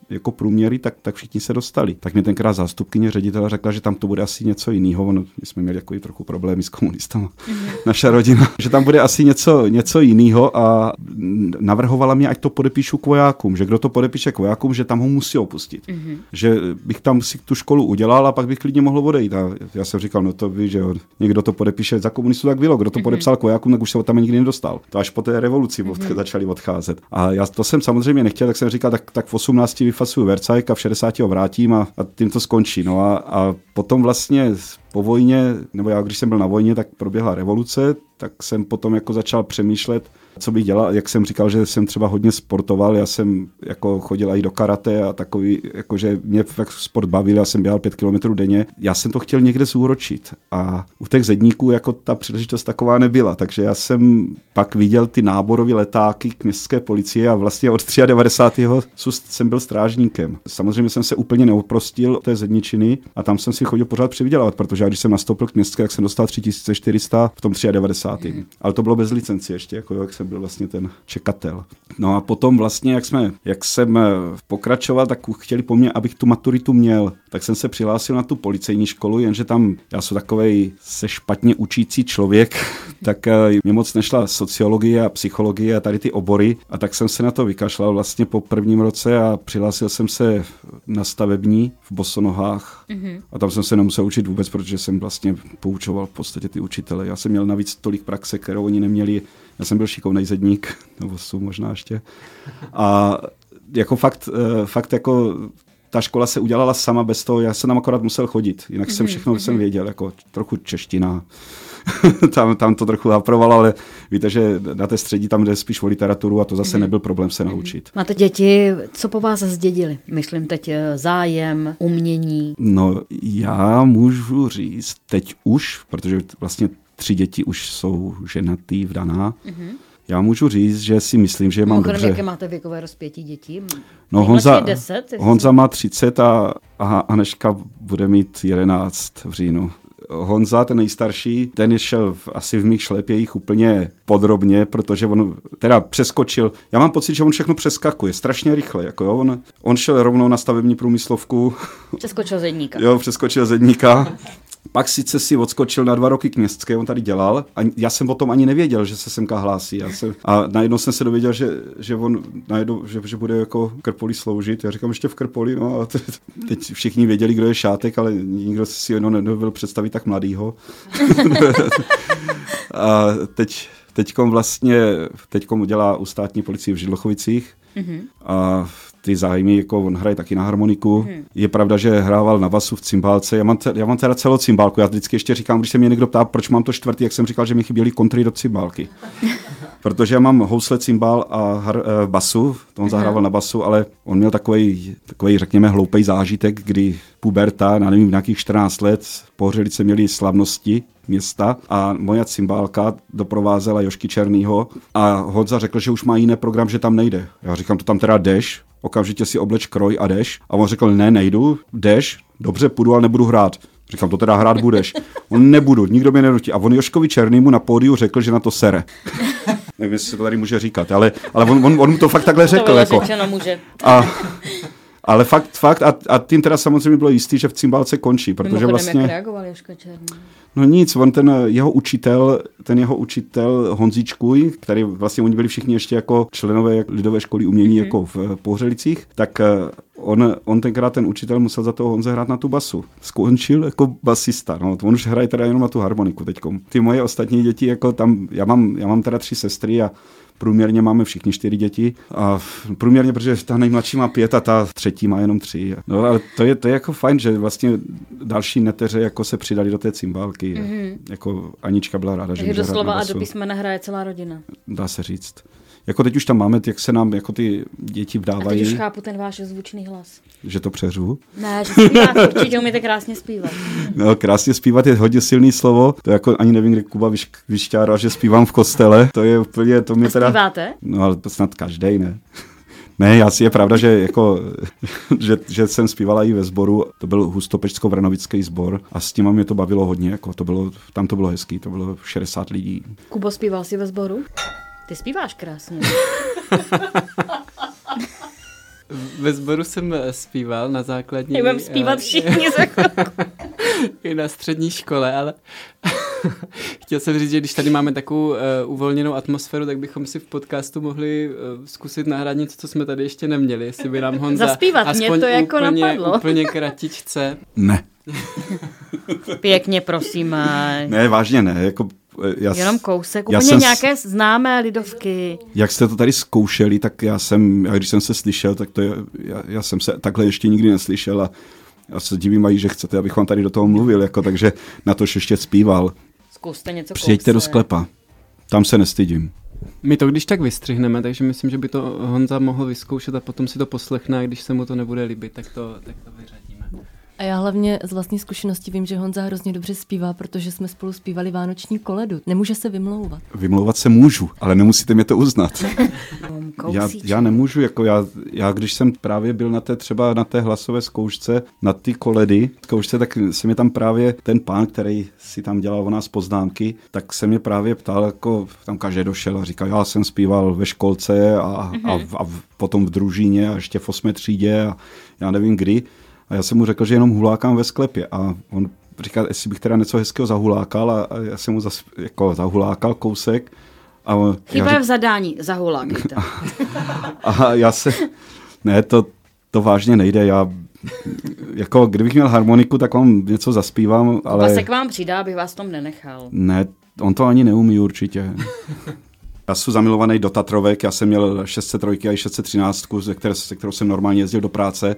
jako průměry, tak, tak všichni se dostali. Tak mě tenkrát zástupkyně ředitele řekla, že tam to bude asi něco jiného. Ono, my jsme měli jako trochu problémy s komunistama, mm-hmm. naša rodina, že tam bude asi něco, něco jiného a navrhovala mě, ať to podepíšu k vojákům, že kdo to podepíše k vojákům, že tam ho musí opustit. Mm-hmm. Že bych tam si tu školu udělal a pak bych klidně mohl odejít. A já jsem říkal, no to víš, že někdo to podepíše za komunistů, tak bylo. Kdo to mm-hmm. podepsal k vojákům, tak už se tam nikdy nedostal. To až po té revoluci mm-hmm. začali odcházet. A já to jsem samozřejmě nechtěl, tak jsem říkal, tak, tak v osmnácti vyfasuju Vercajk a v šedesáti ho vrátím a, a tím to skončí. No a, a potom vlastně po vojně, nebo já když jsem byl na vojně, tak proběhla revoluce, tak jsem potom jako začal přemýšlet, co bych dělal, jak jsem říkal, že jsem třeba hodně sportoval, já jsem jako chodil i do karate a takový, jakože mě fakt sport bavil, já jsem běhal pět kilometrů denně, já jsem to chtěl někde zúročit a u těch zedníků jako ta příležitost taková nebyla, takže já jsem pak viděl ty náborové letáky k městské policie a vlastně od devadesátého třetího jsem byl strážníkem. Samozřejmě jsem se úplně neoprostil té zedničiny a tam jsem si chodil pořád přivydělávat, protože já když jsem nastoupil k městské, tak jsem dostal tři tisíce čtyři sta v tom devadesátém třetím Mm. Ale to bylo bez licenci ještě, jako jak jsem byl vlastně ten čekatel. No a potom vlastně, jak jsme, jak jsem pokračoval, tak chtěli po mně, abych tu maturitu měl. Tak jsem se přihlásil na tu policejní školu, jenže tam já jsem takovej se špatně učící člověk, tak mě moc nešla sociologie a psychologie a tady ty obory a tak jsem se na to vykašlal vlastně po prvním roce a přihlásil jsem se na stavební v Bosonohách mm-hmm. a tam jsem se nemusel učit vůbec, protože jsem vlastně poučoval v podstatě ty učitele. Já jsem měl navíc tolik praxe, kterou oni neměli. Já jsem byl šikovnej zedník, nebo jsou možná ještě. A jako fakt, fakt jako ta škola se udělala sama bez toho, já jsem tam akorát musel chodit, jinak jsem všechno mm-hmm. jsem věděl, jako trochu čeština. tam, tam to trochu haprovalo, ale víte, že na té střední tam jde spíš o literaturu a to zase nebyl problém se naučit. Máte děti, co po vás zdědili? Myslím teď zájem, umění. No já můžu říct teď už, protože vlastně tři děti už jsou ženatý, vdaná. Mm-hmm. Já můžu říct, že si myslím, že mám dobře... Jaké máte věkové rozpětí dětí? No Honza, deset, Honza má třicet a, a Aneška bude mít jedenáct v říjnu. Honza, ten nejstarší, ten je šel v, asi v mých šlepějích úplně podrobně, protože on teda přeskočil. Já mám pocit, že on všechno přeskakuje strašně rychle. Jako jo, on, on šel rovnou na stavební průmyslovku. Přeskočil zedníka. Jo, přeskočil zedníka. Pak sice si odskočil na dva roky k městské, on tady dělal a já jsem o tom ani nevěděl, že se semka hlásí. Já jsem, a najednou jsem se dověděl, že, že on najednou, že, že bude jako v Krpoli sloužit. Já říkám, ještě v Krpoli, no a teď, teď všichni věděli, kdo je Šátek, ale nikdo si jenom nedovedl představit tak mladýho. A teď, teďkom vlastně, teďkom dělá u státní policie v Židlochovicích mm-hmm. a ty zájmy, jako on hraje taky na harmoniku. Hmm. Je pravda, že hrával na basu v cymbálce. Já mám, te, já mám teda celou cymbálku. Já vždycky ještě říkám, když se mě někdo ptá, proč mám to čtvrtý, jak jsem říkal, že mi chyběly kontry do cymbálky. Protože já mám housle, cymbál a har, eh, basu. To on zahrával na basu, ale on měl takovej, takovej řekněme, hloupej zážitek, kdy puberta, na nevím, nějakých čtrnáct let, Pohořelice měli slavnosti města a moja cymbálka doprovázela Jožky Černýho a Honza řekl, že už má jiný program, že tam nejde. Já říkám, to tam teda jdeš, okamžitě si obleč kroj a jdeš. A on řekl, ne, nejdu, jdeš, dobře, půjdu, ale nebudu hrát. Říkám, to teda hrát budeš. On nebudu, nikdo mě nenutí. A on Jožkovi Černýmu na pódiu řekl, že na to sere. Nevím, jestli se to tady může říkat, ale, ale on, on, on mu to fakt takhle řekl. To jako. řečeno může. A, ale fakt, fakt a, a tím teda samozřejmě bylo jistý, že v cymbálce končí, protože Mimochodem, vlastně... jak reagoval Jožka Černý? No nic, on ten jeho učitel, ten jeho učitel Honzíčkuj, který vlastně oni byli všichni ještě jako členové lidové školy umění mm-hmm. jako v Pohořelicích, tak on, on tenkrát ten učitel musel za toho Honze hrát na tu basu. Skončil jako basista, no, on už hraje teda jenom na tu harmoniku teďkom. Ty moje ostatní děti, jako tam, já mám, já mám teda tři sestry a průměrně máme všichni čtyři děti a průměrně, protože ta nejmladší má pět a ta třetí má jenom tři. No ale to je, to je jako fajn, že vlastně další neteře jako se přidali do té cymbálky. Mm-hmm. Jako Anička byla ráda, že může hrát na basu. Do slova a do písmene hraje celá rodina. Dá se říct. Jako teď už tam máme, jak se nám jako ty děti vdávají. A teď už chápu ten váš zvučný hlas. Že to přeřu? Ne, že zpíváte, určitě umíte krásně zpívat. No, krásně zpívat je hodně silný slovo. To jako ani nevím, kde Kuba vyš, vyšťáral, že zpívám v kostele. To je úplně, to mě teda... Zpíváte? No, ale to snad každej, ne? Ne, já si je pravda, že, jako, že, že jsem zpívala i ve sboru, to byl Hustopečsko-Vranovický sbor a s tím mě to bavilo hodně, jako to bylo, tam to bylo hezký, to bylo šedesát lidí. Kubo, zpíval jsi ve sboru? Ty zpíváš krásně. Ve sboru jsem zpíval na základní... Budeme zpívat všichni za chvilku. I na střední škole, ale chtěl jsem říct, že když tady máme takovou uh, uvolněnou atmosféru, tak bychom si v podcastu mohli uh, zkusit nahrát něco, co jsme tady ještě neměli, jestli by nám Honza zaspívat, aspoň mě to jako úplně, napadlo. úplně kratičce. Ne. Pěkně, prosím. Ne, vážně ne. Jako, já, jenom kousek, já úplně jsem, nějaké známé lidovky. Jak jste to tady zkoušeli, tak já jsem, já když jsem se slyšel, tak to je, já, já jsem se takhle ještě nikdy neslyšel a já se divím, že chcete, abych vám tady do toho mluvil, jako, takže na to ještě zpíval. Zkuste něco kousek. Přijďte do sklepa, tam se nestydím. My to když tak vystřihneme, takže myslím, že by to Honza mohl vyzkoušet a potom si to poslechne, a když se mu to nebude líbit, tak to, tak to vyřadíme. A já hlavně z vlastní zkušenosti vím, že Honza hrozně dobře zpívá, protože jsme spolu zpívali vánoční koledu. Nemůže se vymlouvat. Vymlouvat se můžu, ale nemusíte mě to uznat. já, já nemůžu, jako já, já, když jsem právě byl na té třeba na té hlasové zkoušce, na ty koledy, zkoušce, tak se mě tam právě ten pán, který si tam dělal o nás poznámky, tak se mě právě ptal, jako tam každý došel a říkal, já jsem zpíval ve školce a, mm-hmm. a, a potom v družině a ještě v osmé třídě a já nevím kdy. A já jsem mu řekl, že jenom hulákám ve sklepě. A on říkal, jestli bych teda něco hezkého zahulákal a, a já jsem mu zas, jako zahulákal kousek. A chyba je v zadání, zahulákejte. A, a já se, ne, to, to vážně nejde. Já, jako kdybych měl harmoniku, tak vám něco zaspívám, ale... Kuba se k vám přidá, abych vás tom nenechal. Ne, on to ani neumí určitě. Já jsem zamilovaný do Tatrovek, já jsem měl šest set tři a šest set třináct, se, které, se kterou jsem normálně jezdil do práce.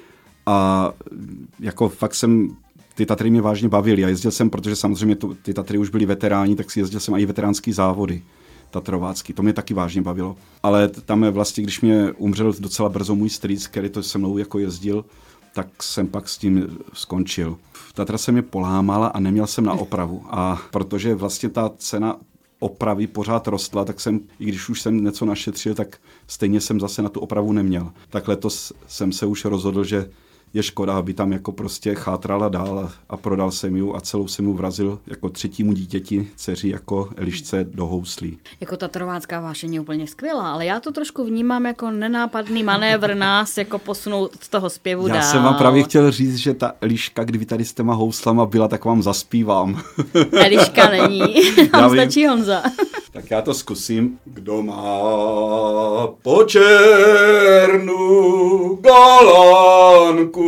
A jako fakt jsem, ty Tatry mě vážně bavily. Já jezdil jsem, protože samozřejmě to, ty Tatry už byly veteráni, tak si jezdil jsem i veteránský závody tatrovácký. To mě taky vážně bavilo. Ale tam je vlastně, když mě umřel docela brzo můj strýc, který to se mnou jako jezdil, tak jsem pak s tím skončil. Tatra se mě polámala a neměl jsem na opravu. A protože vlastně ta cena opravy pořád rostla, tak jsem, i když už jsem něco našetřil, tak stejně jsem zase na tu opravu neměl. Tak letos jsem se už rozhodl, že je škoda, aby tam jako prostě chátrala dál a, a prodal jsem ji a celou jsem ji vrazil jako třetímu dítěti, dceři jako Elišce do houslí. Jako tatrovácká vášeň je úplně skvělá, ale já to trošku vnímám jako nenápadný manévr nás jako posunout z toho zpěvu já dál. Já jsem vám právě chtěl říct, že ta Eliška, kdyby tady s těma houslama byla, tak vám zaspívám. Eliška není, tam stačí Honza. Tak já to zkusím. Kdo má po černu galánku,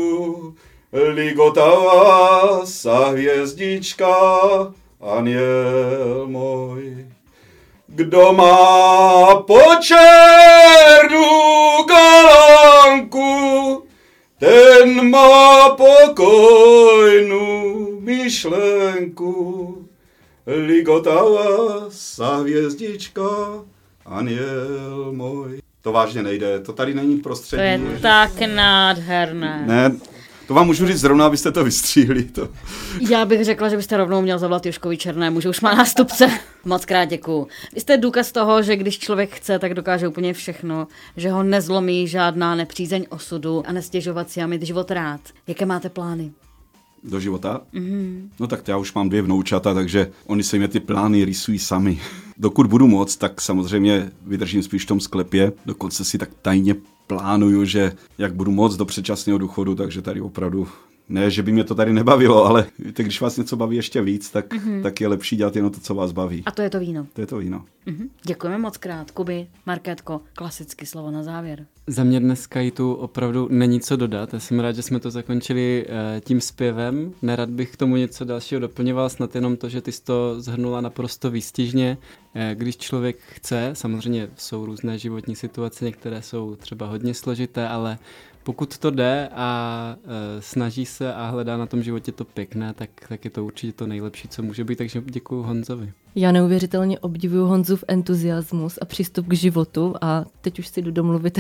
ligotava sa hvězdička, aniel můj. Kdo má po černu galánku, ten má pokojnou myšlenku. Ligotava sa hvězdička, aniel můj. To vážně nejde, to tady není prostředí. To je tak nádherné. Ne, to vám můžu říct zrovna, abyste to vystříhli. To. Já bych řekla, že byste rovnou měl zavolat Jožkovi Černému, že už má nástupce. Moc krát děkuju. Vy jste důkaz toho, že když člověk chce, tak dokáže úplně všechno, že ho nezlomí žádná nepřízeň osudu a nestěžovat si a mít život rád. Jaké máte plány? Do života? Mm-hmm. No tak já už mám dvě vnoučata, takže oni se mě ty plány rysují sami. Dokud budu moc, tak samozřejmě vydržím spíš v tom sklepě. Dokonce si tak tajně plánuju, že jak budu moc do předčasného důchodu, takže tady opravdu, ne, že by mě to tady nebavilo, ale víte, když vás něco baví ještě víc, tak, mm-hmm. tak je lepší dělat jenom to, co vás baví. A to je to víno. To je to víno. Mm-hmm. Děkujeme moc krát. Kuby, Markétko, klasicky slovo na závěr. Za mě dneska i tu opravdu není co dodat. Já jsem rád, že jsme to zakončili uh, tím zpěvem. Nerad bych k tomu něco dalšího doplňoval, snad jenom to, že ty jsi to zhrnula naprosto výstižně. Uh, když člověk chce, samozřejmě jsou různé životní situace, některé jsou třeba hodně složité, ale pokud to jde a uh, snaží se a hledá na tom životě to pěkné, tak, tak je to určitě to nejlepší, co může být, takže děkuju Honzovi. Já neuvěřitelně obdivuju Honzův entuziasmus a přístup k životu a teď už si jdu domluvit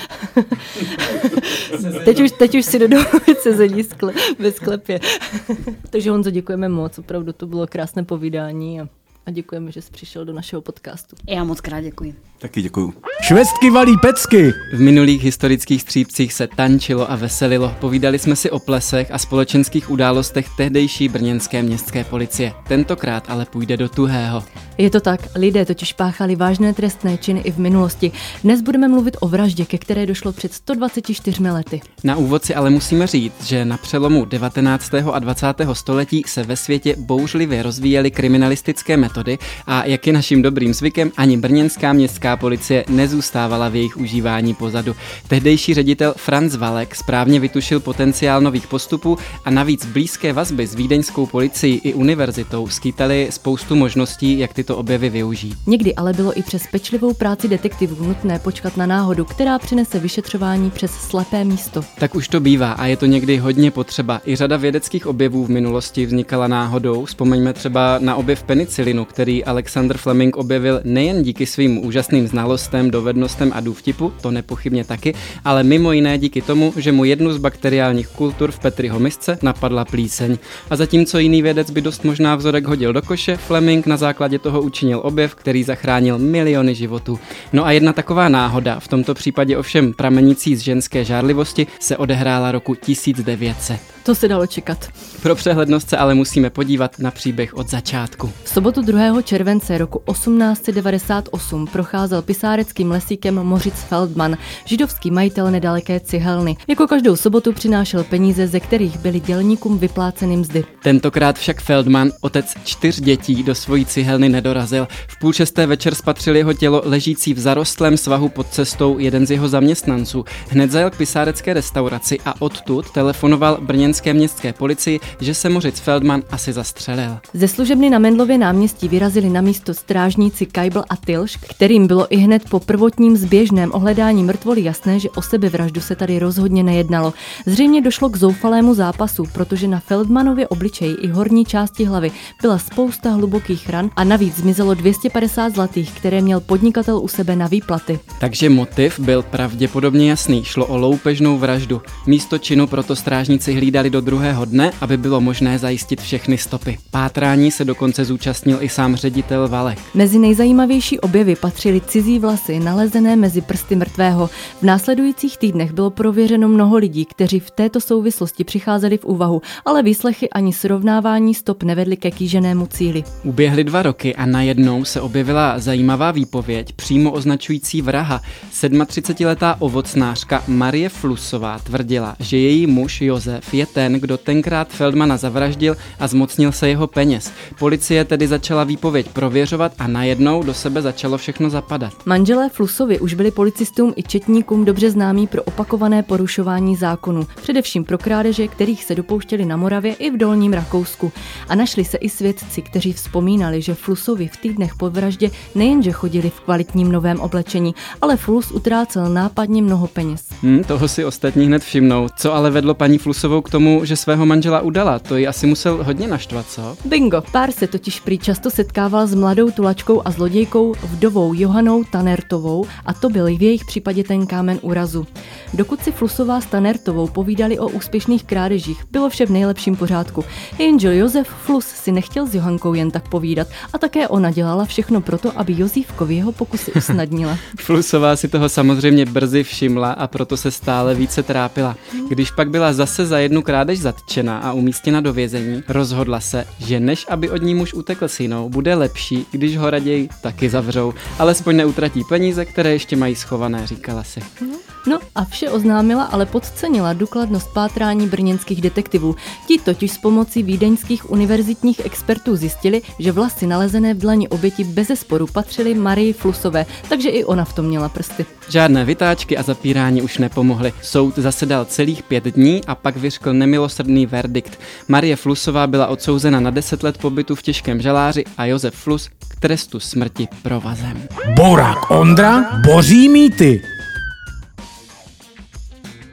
teď, už, teď už si jdu domluvit sezení skle- ve sklepě. Takže Honzo, děkujeme moc, opravdu to bylo krásné povídání a a děkujeme, že jsi přišel do našeho podcastu. Já moc krát děkuji. Taky děkuju. Švestky valí pecky. V minulých historických střípcích se tančilo a veselilo. Povídali jsme si o plesech a společenských událostech tehdejší brněnské městské policie. Tentokrát ale půjde do tuhého. Je to tak, lidé totiž páchali vážné trestné činy i v minulosti. Dnes budeme mluvit o vraždě, ke které došlo před sto dvaceti čtyřmi lety. Na úvod si ale musíme říct, že na přelomu devatenáctého a dvacátého století se ve světě bouřlivě rozvíjely kriminalistické metody a jak je naším dobrým zvykem, ani brněnská městská policie nezůstávala v jejich užívání pozadu. Tehdejší ředitel Franz Valek správně vytušil potenciál nových postupů a navíc blízké vazby s vídeňskou policií i univerzitou skýtaly spoustu možností, jak tyto objevy využít. Někdy ale bylo i přes pečlivou práci detektivů nutné počkat na náhodu, která přinese vyšetřování přes slepé místo. Tak už to bývá a je to někdy hodně potřeba. I řada vědeckých objevů v minulosti vznikala náhodou. Vzpomeňme třeba na objev penicilinu, který Alexander Fleming objevil nejen díky svým úžasným znalostem, dovednostem a důvtipu, to nepochybně taky, ale mimo jiné díky tomu, že mu jednu z bakteriálních kultur v Petriho misce napadla plíseň. A zatímco jiný vědec by dost možná vzorek hodil do koše, Fleming na základě toho učinil objev, který zachránil miliony životů. No a jedna taková náhoda, v tomto případě ovšem pramenící z ženské žárlivosti, se odehrála roku tisíc devět set. To se dalo čekat. Pro přehlednost se ale musíme podívat na příběh od začátku. V sobotu druhého července roku osmnáct set devadesát osm procházel pisáreckým lesíkem Moritz Feldman, židovský majitel nedaleké cihelny. Jako každou sobotu přinášel peníze, ze kterých byly dělníkům vypláceny mzdy. Tentokrát však Feldman, otec čtyř dětí, do svojí cihelny nedorazil. V půl šesté večer spatřil jeho tělo ležící v zarostlém svahu pod cestou jeden z jeho zaměstnanců. Hned zajel k pisárecké restauraci a odtud telefonoval brněnské městské policii, že se Moritz Feldman asi zastřelil. Ze služebny na Mendlově náměstí vyrazili na místo strážníci Keibel a Tilsch, kterým bylo i hned po prvotním zběžném ohledání mrtvoly jasné, že o sebevraždu se tady rozhodně nejednalo. Zřejmě došlo k zoufalému zápasu, protože na Feldmanově obličeji i horní části hlavy byla spousta hlubokých ran a navíc zmizelo dvě stě padesát zlatých, které měl podnikatel u sebe na výplaty. Takže motiv byl pravděpodobně jasný, šlo o loupežnou vraždu. Místo činu proto strážníci hlídali do druhého dne, aby bylo možné zajistit všechny stopy. Pátrání se dokonce zúčastnil i sám ředitel Valek. Mezi nejzajímavější objevy patřily cizí vlasy nalezené mezi prsty mrtvého. V následujících týdnech bylo prověřeno mnoho lidí, kteří v této souvislosti přicházeli v úvahu, ale výslechy ani srovnávání stop nevedly ke kýženému cíli. Uběhly dva roky a najednou se objevila zajímavá výpověď, přímo označující vraha. sedmatřicetiletá ovocnářka Marie Flusová tvrdila, že její muž Josef je ten, kdo tenkrát Feldmana zavraždil a zmocnil se jeho peněz. Policie tedy začala výpověď prověřovat a najednou do sebe začalo všechno zapadat. Manželé Flusovi už byli policistům i četníkům dobře známí pro opakované porušování zákonů, především pro krádeže, kterých se dopouštěli na Moravě i v Dolním Rakousku. A našli se i svědci, kteří vzpomínali, že Flusovi v týdnech po vraždě nejenže chodili v kvalitním novém oblečení, ale Flus utrácel nápadně mnoho peněz. Hmm, toho si ostatní hned všimnou. Co ale vedlo paní Flusovou k tomu, že svého manžela udala? To ji asi musel hodně naštvat, co? Bingo! Pár se totiž prý často setkával s mladou tulačkou a zlodějkou vdovou Johanou Tanertovou a to byl v jejich případě ten kámen úrazu. Dokud si Flusová s Tanertovou povídali o úspěšných krádežích, bylo vše v nejlepším pořádku. Jenže Josef Flus si nechtěl s Johankou jen tak povídat a také ona dělala všechno proto, aby Josífkovi jeho pokusy usnadnila. Flusová si toho samozřejmě brzy všimla a proto se stále více trápila. Když pak byla zase za jednu krádež zatčena a umístěna do vězení, rozhodla se, že než aby od ní muž utekl s jinou, bude lepší, když ho raději taky zavřou. Alespoň neutratí peníze, které ještě mají schované, říkala si. No a vše oznámila, ale podcenila důkladnost pátrání brněnských detektivů. Ti totiž s pomocí vídeňských univerzitních expertů zjistili, že vlasy nalezené v dlani oběti bezesporu patřily Marii Flusové, takže i ona v tom měla prsty. Žádné vytáčky a zapírání už nepomohly. Soud zasedal celých pět dní a pak vyřkl nemilosrdný verdikt. Marie Flusová byla odsouzena na deset let pobytu v těžkém žaláři a Josef Flus k trestu smrti provazem. Borák Ondra boří mýty.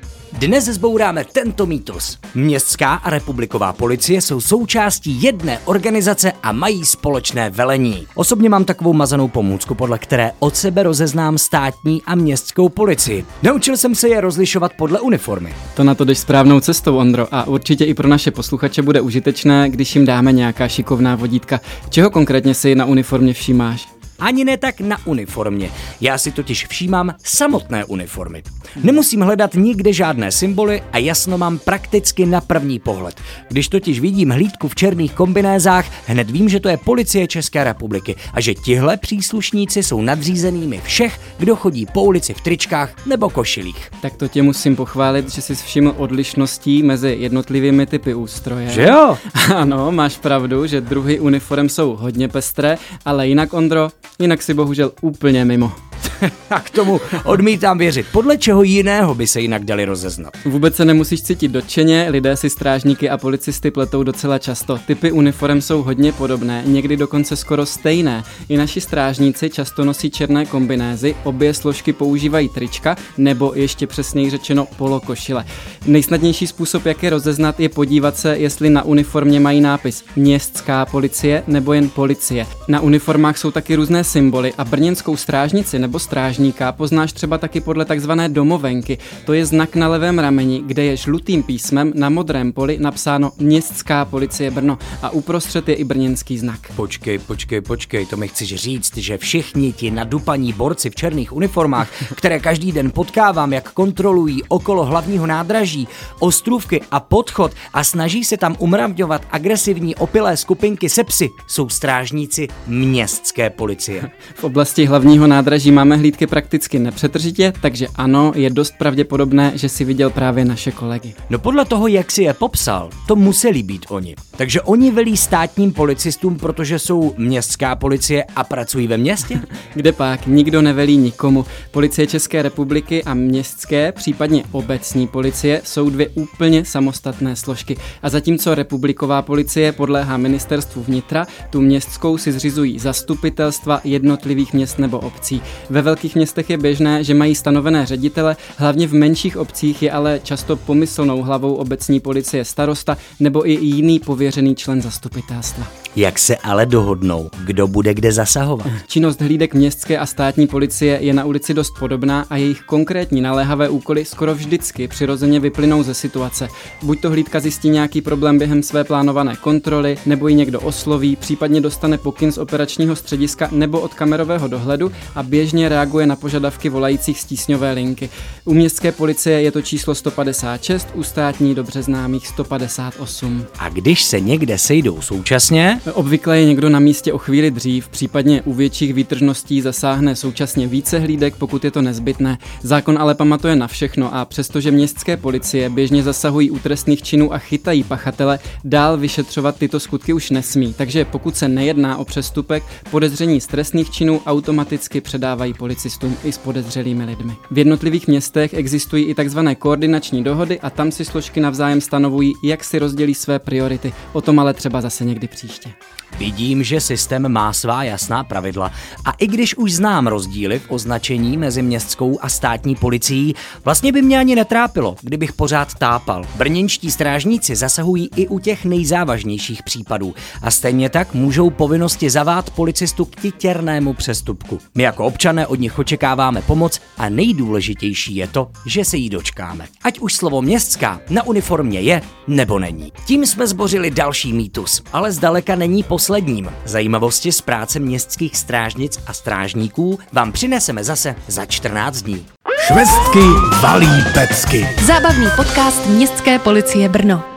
Dnes zbouráme tento mýtus. Městská a republiková policie jsou součástí jedné organizace a mají společné velení. Osobně mám takovou mazanou pomůcku, podle které od sebe rozeznám státní a městskou policii. Naučil jsem se je rozlišovat podle uniformy. To na to jdeš správnou cestou, Ondro, a určitě i pro naše posluchače bude užitečné, když jim dáme nějaká šikovná vodítka. Čeho konkrétně si na uniformě všímáš? Ani ne tak na uniformě. Já si totiž všímám samotné uniformy. Nemusím hledat nikde žádné symboly a jasno mám prakticky na první pohled. Když totiž vidím hlídku v černých kombinézách, hned vím, že to je Policie České republiky a že tihle příslušníci jsou nadřízenými všech, kdo chodí po ulici v tričkách nebo košilích. Tak to tě musím pochválit, že jsi všiml odlišností mezi jednotlivými typy ústroje. Že jo? Ano, máš pravdu, že druhy uniform jsou hodně pestré, ale jinak, Ondro, jinak si bohužel úplně mimo. A k tomu odmítám věřit. Podle čeho jiného by se jinak dali rozeznat? Vůbec se nemusíš cítit dotčeně, lidé si strážníky a policisty pletou docela často. Typy uniform jsou hodně podobné, někdy dokonce skoro stejné. I naši strážníci často nosí černé kombinézy, obě složky používají trička nebo ještě přesněji řečeno polokošile. Nejsnadnější způsob, jak je rozeznat, je podívat se, jestli na uniformě mají nápis Městská policie nebo jen policie. Na uniformách jsou taky různé symboly a brněnskou strážnici nebo strážníka poznáš třeba taky podle takzvané domovenky. To je znak na levém rameni, kde je žlutým písmem na modrém poli napsáno Městská policie Brno a uprostřed je i brněnský znak. Počkej, počkej, počkej, to mi chceš říct, že všichni ti nadupaní borci v černých uniformách, které každý den potkávám, jak kontrolují okolo hlavního nádraží, ostrůvky a podchod a snaží se tam umravňovat agresivní opilé skupinky se psy, jsou strážníci městské policie. V oblasti hlavního nádraží máme hlídky prakticky nepřetržitě, takže ano, je dost pravděpodobné, že si viděl právě naše kolegy. No podle toho, jak si je popsal, to museli být oni. Takže oni velí státním policistům, protože jsou městská policie a pracují ve městě? Kde pak, nikdo nevelí nikomu. Policie České republiky a městské, případně obecní policie jsou dvě úplně samostatné složky. A zatímco republiková policie podléhá ministerstvu vnitra, tu městskou si zřizují zastupitelstva jednotlivých měst nebo obcí. Ve velkých městech je běžné, že mají stanovené ředitele, hlavně v menších obcích je ale často pomyslnou hlavou obecní policie starosta nebo i jiný pověřený člen zastupitelstva. Jak se ale dohodnou, kdo bude kde zasahovat? Činnost hlídek městské a státní policie je na ulici dost podobná a jejich konkrétní naléhavé úkoly skoro vždycky přirozeně vyplynou ze situace. Buď to hlídka zjistí nějaký problém během své plánované kontroly, nebo ji někdo osloví, případně dostane pokyn z operačního střediska nebo od kamerového dohledu a běžně reaguje na požadavky volajících z tísňové linky. U městské policie je to číslo sto padesát šest, u státní dobře známých sto padesát osm. A když se někde sejdou současně? Obvykle je někdo na místě o chvíli dřív, případně u větších výtržností zasáhne současně více hlídek, pokud je to nezbytné. Zákon ale pamatuje na všechno a přestože městské policie běžně zasahují u trestných činů a chytají pachatele, dál vyšetřovat tyto skutky už nesmí. Takže pokud se nejedná o přestupek, podezření z trestných činů automaticky předávají policistům i s podezřelými lidmi. V jednotlivých městech existují i takzvané koordinační dohody a tam si složky navzájem stanovují, jak si rozdělí své priority. O tom ale třeba zase někdy příště. Vidím, že systém má svá jasná pravidla a i když už znám rozdíly v označení mezi městskou a státní policií, vlastně by mě ani netrápilo, kdybych pořád tápal. Brněnští strážníci zasahují i u těch nejzávažnějších případů a stejně tak můžou povinnosti zavát policistu k titěrnému přestupku. My jako občané od nich očekáváme pomoc a nejdůležitější je to, že se jí dočkáme. Ať už slovo městská na uniformě je nebo není. Tím jsme zbořili další mýtus, ale zdaleka není posledním. Zajímavosti z práce městských strážnic a strážníků vám přineseme zase za čtrnáct dní. Švestky valí pecky. Zábavný podcast Městské policie Brno.